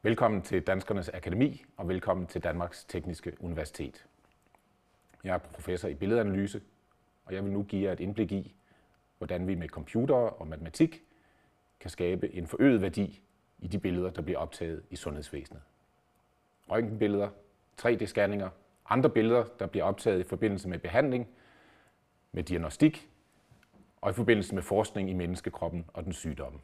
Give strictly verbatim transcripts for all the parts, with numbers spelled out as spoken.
Velkommen til Danskernes Akademi og velkommen til Danmarks Tekniske Universitet. Jeg er professor i billedanalyse, og jeg vil nu give jer et indblik i, hvordan vi med computere og matematik kan skabe en forøget værdi i de billeder, der bliver optaget i sundhedsvæsenet. Røntgenbilleder, tre D-scanninger, andre billeder, der bliver optaget i forbindelse med behandling, med diagnostik og i forbindelse med forskning i menneskekroppen og den sygdomme.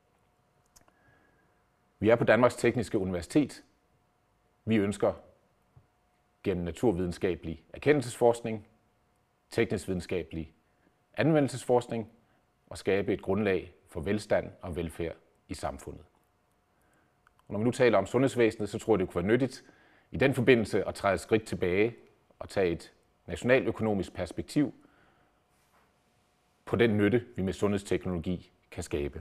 Vi er på Danmarks Tekniske Universitet. Vi ønsker gennem naturvidenskabelig erkendelsesforskning, teknisk videnskabelig anvendelsesforskning at skabe et grundlag for velstand og velfærd i samfundet. Og når vi nu taler om sundhedsvæsenet, så tror jeg, det kunne være nyttigt i den forbindelse at træde et skridt tilbage og tage et nationaløkonomisk perspektiv på den nytte, vi med sundhedsteknologi kan skabe.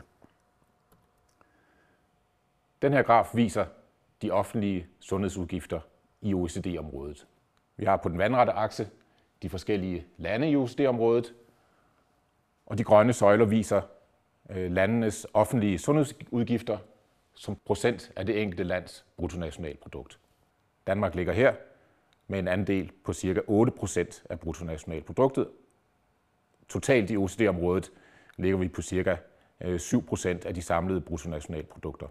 Den her graf viser de offentlige sundhedsudgifter i O E C D-området. Vi har på den vandrette akse de forskellige lande i O E C D-området, og de grønne søjler viser landenes offentlige sundhedsudgifter som procent af det enkelte lands bruttonationalprodukt. Danmark ligger her med en andel på ca. otte procent af bruttonationalproduktet. Totalt i O E C D-området ligger vi på ca. syv procent af de samlede bruttonationalprodukter.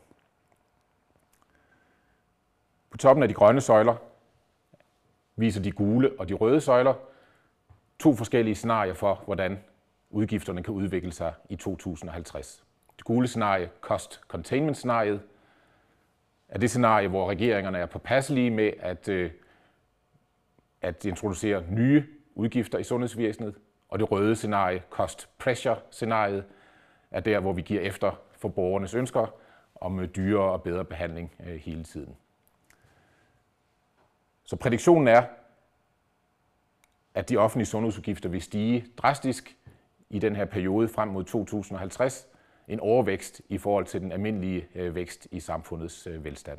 På toppen af de grønne søjler viser de gule og de røde søjler to forskellige scenarier for, hvordan udgifterne kan udvikle sig i to tusind og halvtreds. Det gule scenarie, cost containment scenariet, er det scenarie, hvor regeringerne er påpasselige med at, øh, at introducere nye udgifter i sundhedsvæsenet, og det røde scenarie, cost pressure scenariet, er der, hvor vi giver efter for borgernes ønsker om dyrere og bedre behandling øh, hele tiden. Så prædiktionen er, at de offentlige sundhedsudgifter vil stige drastisk i den her periode frem mod to tusind og halvtreds, en overvækst i forhold til den almindelige vækst i samfundets velstand.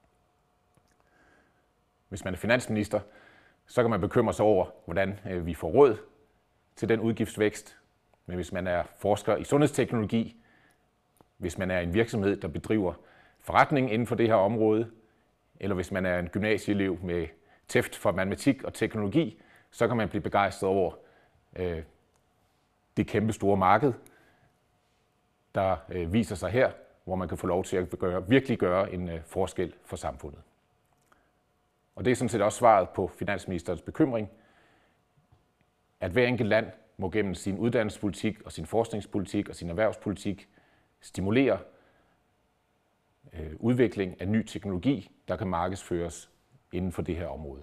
Hvis man er finansminister, så kan man bekymre sig over, hvordan vi får råd til den udgiftsvækst. Men hvis man er forsker i sundhedsteknologi, hvis man er en virksomhed, der bedriver forretning inden for det her område, eller hvis man er en gymnasieelev med tæft for matematik og teknologi, så kan man blive begejstret over øh, det kæmpe store marked, der øh, viser sig her, hvor man kan få lov til at gøre, virkelig gøre en øh, forskel for samfundet. Og det er sådan set også svaret på finansministerens bekymring, at hver enkelt land må gennem sin uddannelsespolitik og sin forskningspolitik og sin erhvervspolitik stimulere øh, udvikling af ny teknologi, der kan markedsføres inden for det her område.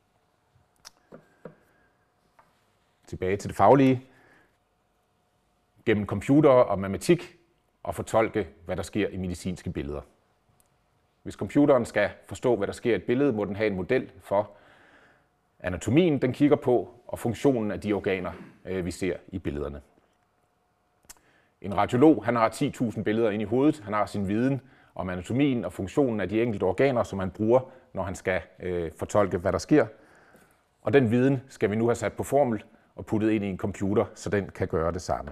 Tilbage til det faglige. Gennem computere og matematik og fortolke, hvad der sker i medicinske billeder. Hvis computeren skal forstå, hvad der sker i et billede, må den have en model for anatomien, den kigger på, og funktionen af de organer, vi ser i billederne. En radiolog, han har ti tusind billeder inde i hovedet. Han har sin viden om anatomien og funktionen af de enkelte organer, som han bruger, når han skal øh, fortolke, hvad der sker. Og den viden skal vi nu have sat på formel og puttet ind i en computer, så den kan gøre det samme.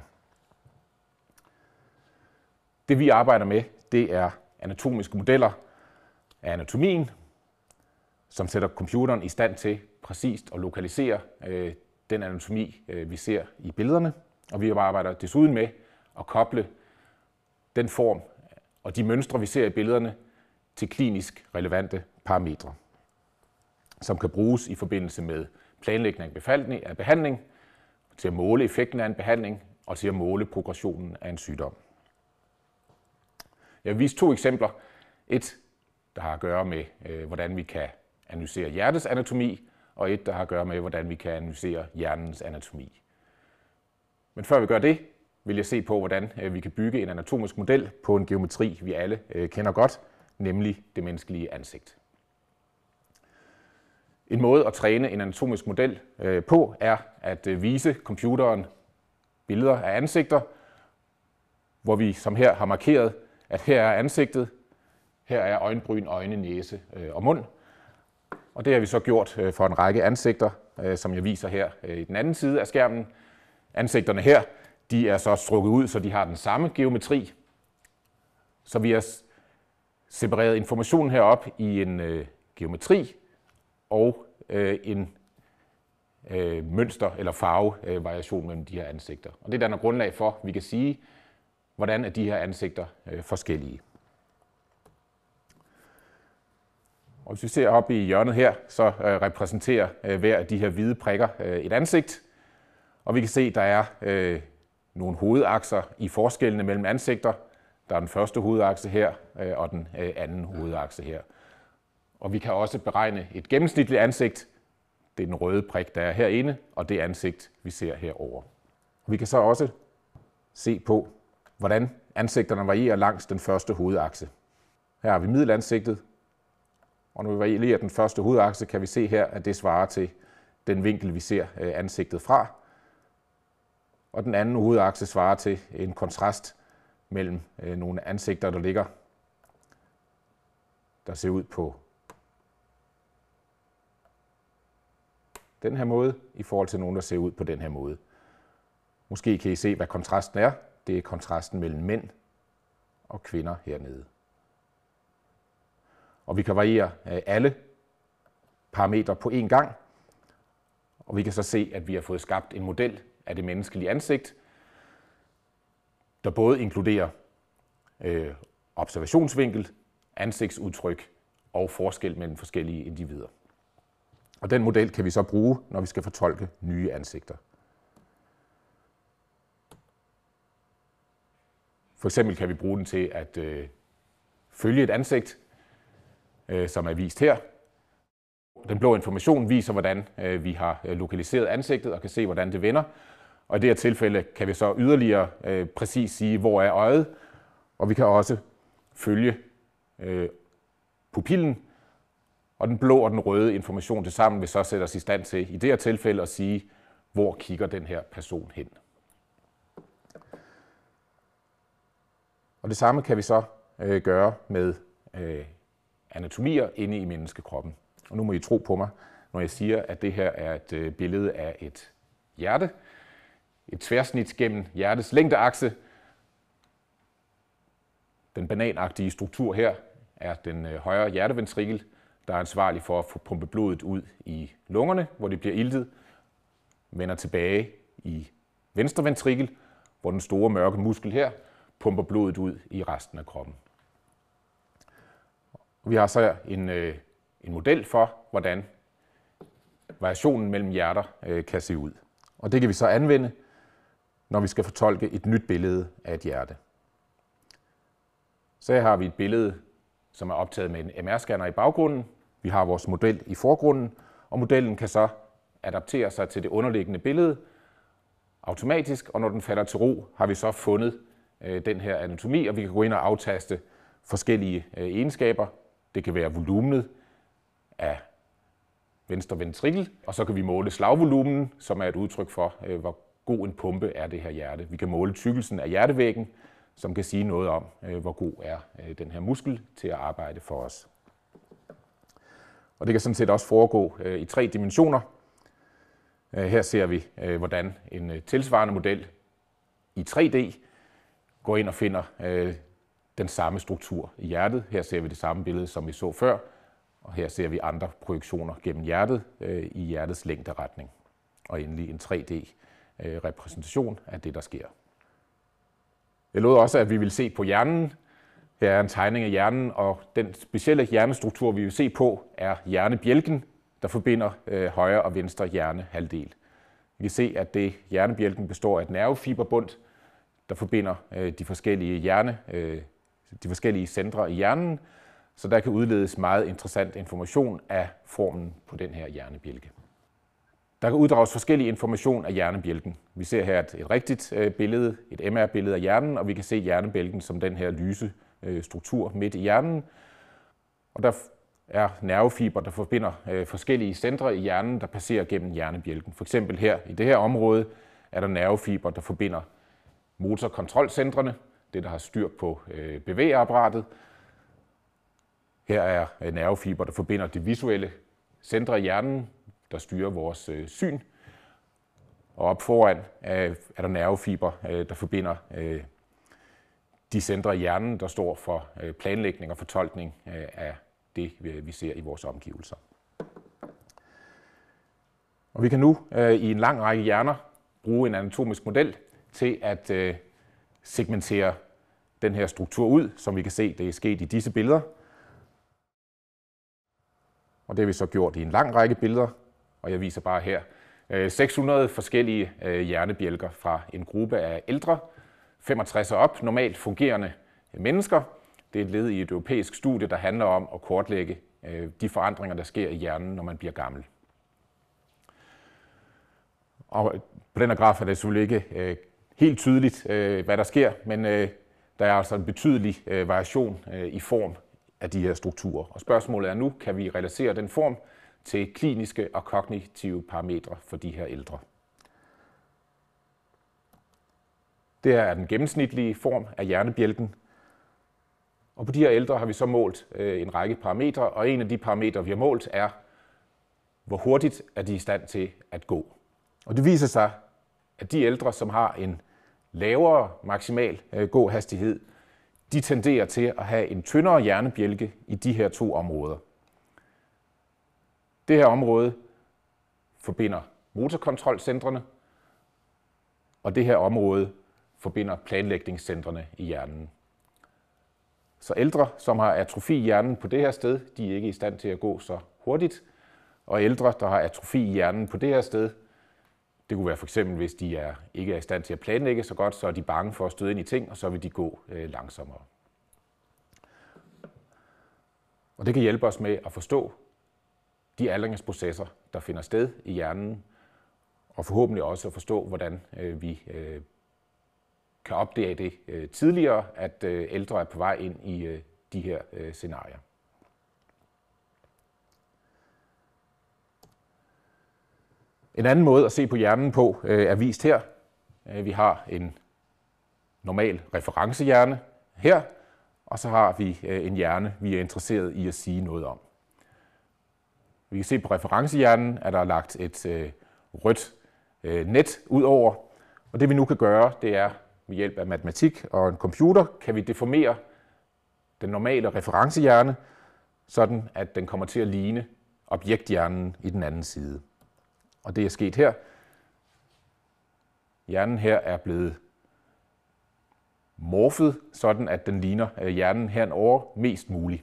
Det vi arbejder med, det er anatomiske modeller af anatomien, som sætter computeren i stand til præcist at lokalisere øh, den anatomi, øh, vi ser i billederne. Og vi arbejder desuden med at koble den form og de mønstre, vi ser i billederne, til klinisk relevante parametre, som kan bruges i forbindelse med planlægning af behandling, til at måle effekten af en behandling og til at måle progressionen af en sygdom. Jeg vil vise to eksempler. Et, der har at gøre med, øh, hvordan vi kan analysere hjertets anatomi, og et, der har at gøre med, hvordan vi kan analysere hjernens anatomi. Men før vi gør det, vil jeg se på, hvordan øh, vi kan bygge en anatomisk model på en geometri, vi alle øh, kender godt, nemlig det menneskelige ansigt. En måde at træne en anatomisk model øh, på er at øh, vise computeren billeder af ansigter, hvor vi som her har markeret, at her er ansigtet, her er øjenbryn, øjne, næse øh, og mund. Og det har vi så gjort øh, for en række ansigter, øh, som jeg viser her øh, i den anden side af skærmen. Ansigterne her, de er så strukket ud, så de har den samme geometri. Så vi har separeret informationen herop i en øh, geometri og øh, en øh, mønster- eller farvevariation øh, mellem de her ansigter. Og det danner grundlag for, at vi kan sige, hvordan er de her ansigter øh, forskellige. Og hvis vi ser op i hjørnet her, så øh, repræsenterer øh, hver af de her hvide prikker øh, et ansigt. Og vi kan se, at der er øh, nogle hovedakser i forskellene mellem ansigter. Der er den første hovedakse her, øh, og den øh, anden hovedakse her. Og vi kan også beregne et gennemsnitligt ansigt. Det er den røde prik, der er herinde, og det ansigt, vi ser herover. Vi kan så også se på, hvordan ansigterne varierer langs den første hovedakse. Her har vi middelansigtet, og når vi varierer den første hovedakse, kan vi se her, at det svarer til den vinkel, vi ser ansigtet fra. Og den anden hovedakse svarer til en kontrast mellem nogle ansigter, der ligger, der ser ud på den her måde, i forhold til nogle, der ser ud på den her måde. Måske kan I se, hvad kontrasten er. Det er kontrasten mellem mænd og kvinder hernede. Og vi kan variere alle parametre på én gang. Og vi kan så se, at vi har fået skabt en model af det menneskelige ansigt, der både inkluderer øh, observationsvinkel, ansigtsudtryk og forskel mellem forskellige individer. Og den model kan vi så bruge, når vi skal fortolke nye ansigter. For eksempel kan vi bruge den til at øh, følge et ansigt, øh, som er vist her. Den blå information viser, hvordan øh, vi har lokaliseret ansigtet og kan se, hvordan det vender. Og i det her tilfælde kan vi så yderligere øh, præcis sige, hvor er øjet. Og vi kan også følge øh, pupillen. Og den blå og den røde information til sammen vil så sætte os i stand til, i det her tilfælde, at sige, hvor kigger den her person hen. Og det samme kan vi så øh, gøre med øh, anatomier inde i menneskekroppen. Og nu må I tro på mig, når jeg siger, at det her er et øh, billede af et hjerte. Et tværsnit gennem hjertets længdeakse. Den bananagtige struktur her er den øh, højre hjerteventrikel, der er ansvarlig for at få pumpet blodet ud i lungerne, hvor det bliver iltet, vender tilbage i venstre ventrikel, hvor den store mørke muskel her pumper blodet ud i resten af kroppen. Og vi har så en, øh, en model for, hvordan variationen mellem hjerter øh, kan se ud. Og det kan vi så anvende, når vi skal fortolke et nyt billede af et hjerte. Så her har vi et billede, som er optaget med en M R-scanner i baggrunden. Vi har vores model i forgrunden, og modellen kan så adaptere sig til det underliggende billede automatisk, og når den falder til ro, har vi så fundet øh, den her anatomi, og vi kan gå ind og aftaste forskellige øh, egenskaber. Det kan være volumenet af venstre ventrikel, og så kan vi måle slagvolumen, som er et udtryk for, øh, hvor god en pumpe er det her hjerte. Vi kan måle tykkelsen af hjertevæggen, som kan sige noget om, øh, hvor god er øh, den her muskel til at arbejde for os. Og det kan sådan set også foregå øh, i tre dimensioner. Øh, her ser vi, øh, hvordan en øh, tilsvarende model i tre D går ind og finder øh, den samme struktur i hjertet. Her ser vi det samme billede, som vi så før, og her ser vi andre projektioner gennem hjertet øh, i hjertets længderetning. Og endelig en tre D-repræsentation af det, der sker. Jeg lovede også, at vi vil se på hjernen. Her er en tegning af hjernen, og den specielle hjernestruktur, vi vil se på, er hjernebjælken, der forbinder øh, højre og venstre hjernehalvdel. Vi kan se, at det hjernebjælken består af et nervefiberbund, der forbinder øh, de forskellige hjerne, øh, de forskellige centre i hjernen, så der kan udledes meget interessant information af formen på den her hjernebjælke. Der kan uddrages forskellige information af hjernebjælken. Vi ser her et, et rigtigt øh, billede, et M R-billede af hjernen, og vi kan se hjernebjælken som den her lyse øh, struktur midt i hjernen. Og der er nervefiber, der forbinder øh, forskellige centre i hjernen, der passerer gennem hjernebjælken. For eksempel her i det her område er der nervefiber, der forbinder motorkontrolcentrene, det der har styr på øh, bevægeapparatet. Her er øh, nervefiber, der forbinder de visuelle centre i hjernen, der styrer vores øh, syn. Og op foran øh, er der nervefiber, øh, der forbinder øh, de centre i hjernen, der står for planlægning og fortolkning af det, vi ser i vores omgivelser. Og vi kan nu i en lang række hjerner bruge en anatomisk model til at segmentere den her struktur ud, som vi kan se, det er sket i disse billeder. Og det har vi så gjort i en lang række billeder, og jeg viser bare her seks hundrede forskellige hjernebjælker fra en gruppe af ældre, femogtres og op, normalt fungerende mennesker. Det er et led i et europæisk studie, der handler om at kortlægge de forandringer, der sker i hjernen, når man bliver gammel. Og på den her graf er det selvfølgelig ikke helt tydeligt, hvad der sker, men der er altså en betydelig variation i form af de her strukturer. Og spørgsmålet er nu, kan vi relatere den form til kliniske og kognitive parametre for de her ældre. Det er den gennemsnitlige form af hjernebjælken. Og på de her ældre har vi så målt en række parametre, og en af de parametre, vi har målt, er, hvor hurtigt er de i stand til at gå. Og det viser sig, at de ældre, som har en lavere maksimal gåhastighed, de tenderer til at have en tyndere hjernebjælke i de her to områder. Det her område forbinder motorkontrolcentrene, og det her område forbinder planlægningscentrene i hjernen. Så ældre, som har atrofi i hjernen på det her sted, de er ikke i stand til at gå så hurtigt. Og ældre, der har atrofi i hjernen på det her sted, det kunne være for eksempel, hvis de er, ikke er i stand til at planlægge så godt, så er de bange for at støde ind i ting, og så vil de gå øh, langsommere. Og det kan hjælpe os med at forstå de aldringsprocesser, der finder sted i hjernen, og forhåbentlig også at forstå, hvordan øh, vi øh, kan opdage det øh, tidligere, at øh, ældre er på vej ind i øh, de her øh, scenarier. En anden måde at se på hjernen på øh, er vist her. Vi har en normal referencehjerne her, og så har vi øh, en hjerne, vi er interesseret i at sige noget om. Vi kan se på referencehjernen, at der er lagt et øh, rødt øh, net ud over, og det vi nu kan gøre, det er med hjælp af matematik og en computer, kan vi deformere den normale referencehjerne, sådan at den kommer til at ligne objekthjernen i den anden side. Og det er sket her. Hjernen her er blevet morfet, sådan at den ligner hjernen henover mest muligt.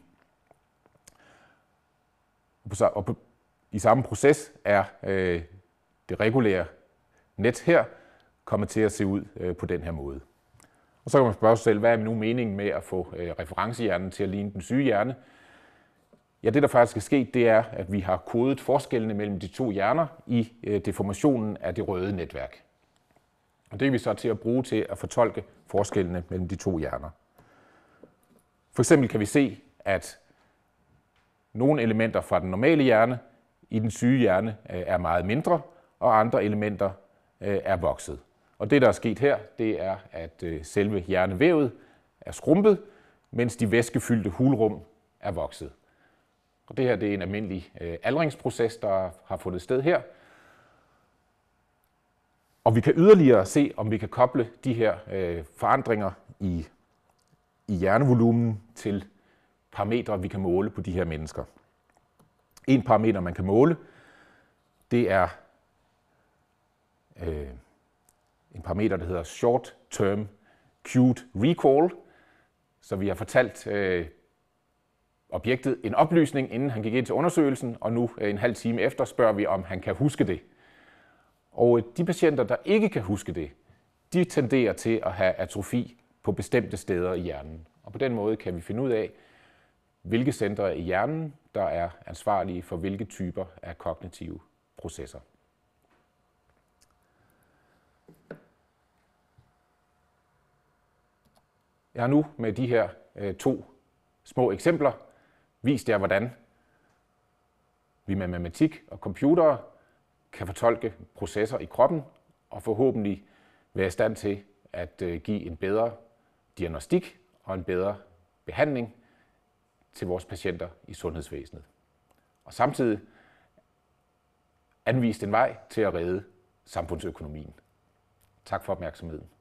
Og på, i samme proces er øh, det regulære net her kommet til at se ud øh, på den her måde. Og så kan man spørge sig selv, hvad er nu meningen med at få øh, referencehjernen til at ligne den syge hjerne? Ja, det der faktisk er sket, det er, at vi har kodet forskellene mellem de to hjerner i øh, deformationen af det røde netværk. Og det er vi så til at bruge til at fortolke forskellene mellem de to hjerner. For eksempel kan vi se, at nogle elementer fra den normale hjerne i den syge hjerne er meget mindre, og andre elementer er vokset. Og det, der er sket her, det er, at selve hjernevævet er skrumpet, mens de væskefyldte hulrum er vokset. Og det her det er en almindelig aldringsproces, der har fundet sted her. Og vi kan yderligere se, om vi kan koble de her øh, forandringer i, i hjernevolumen til parametre, vi kan måle på de her mennesker. En parameter, man kan måle, det er øh, en parameter, der hedder Short Term Cued Recall. Så vi har fortalt øh, objektet en oplysning, inden han gik ind til undersøgelsen, og nu øh, en halv time efter spørger vi, om han kan huske det. Og de patienter, der ikke kan huske det, de tenderer til at have atrofi på bestemte steder i hjernen. Og på den måde kan vi finde ud af, hvilke centre i hjernen, der er ansvarlige for hvilke typer af kognitive processer. Jeg har nu med de her øh, to små eksempler vist jer, hvordan vi med matematik og computere kan fortolke processer i kroppen og forhåbentlig være i stand til at give en bedre diagnostik og en bedre behandling til vores patienter i sundhedsvæsenet. Og samtidig anvist en vej til at redde samfundsøkonomien. Tak for opmærksomheden.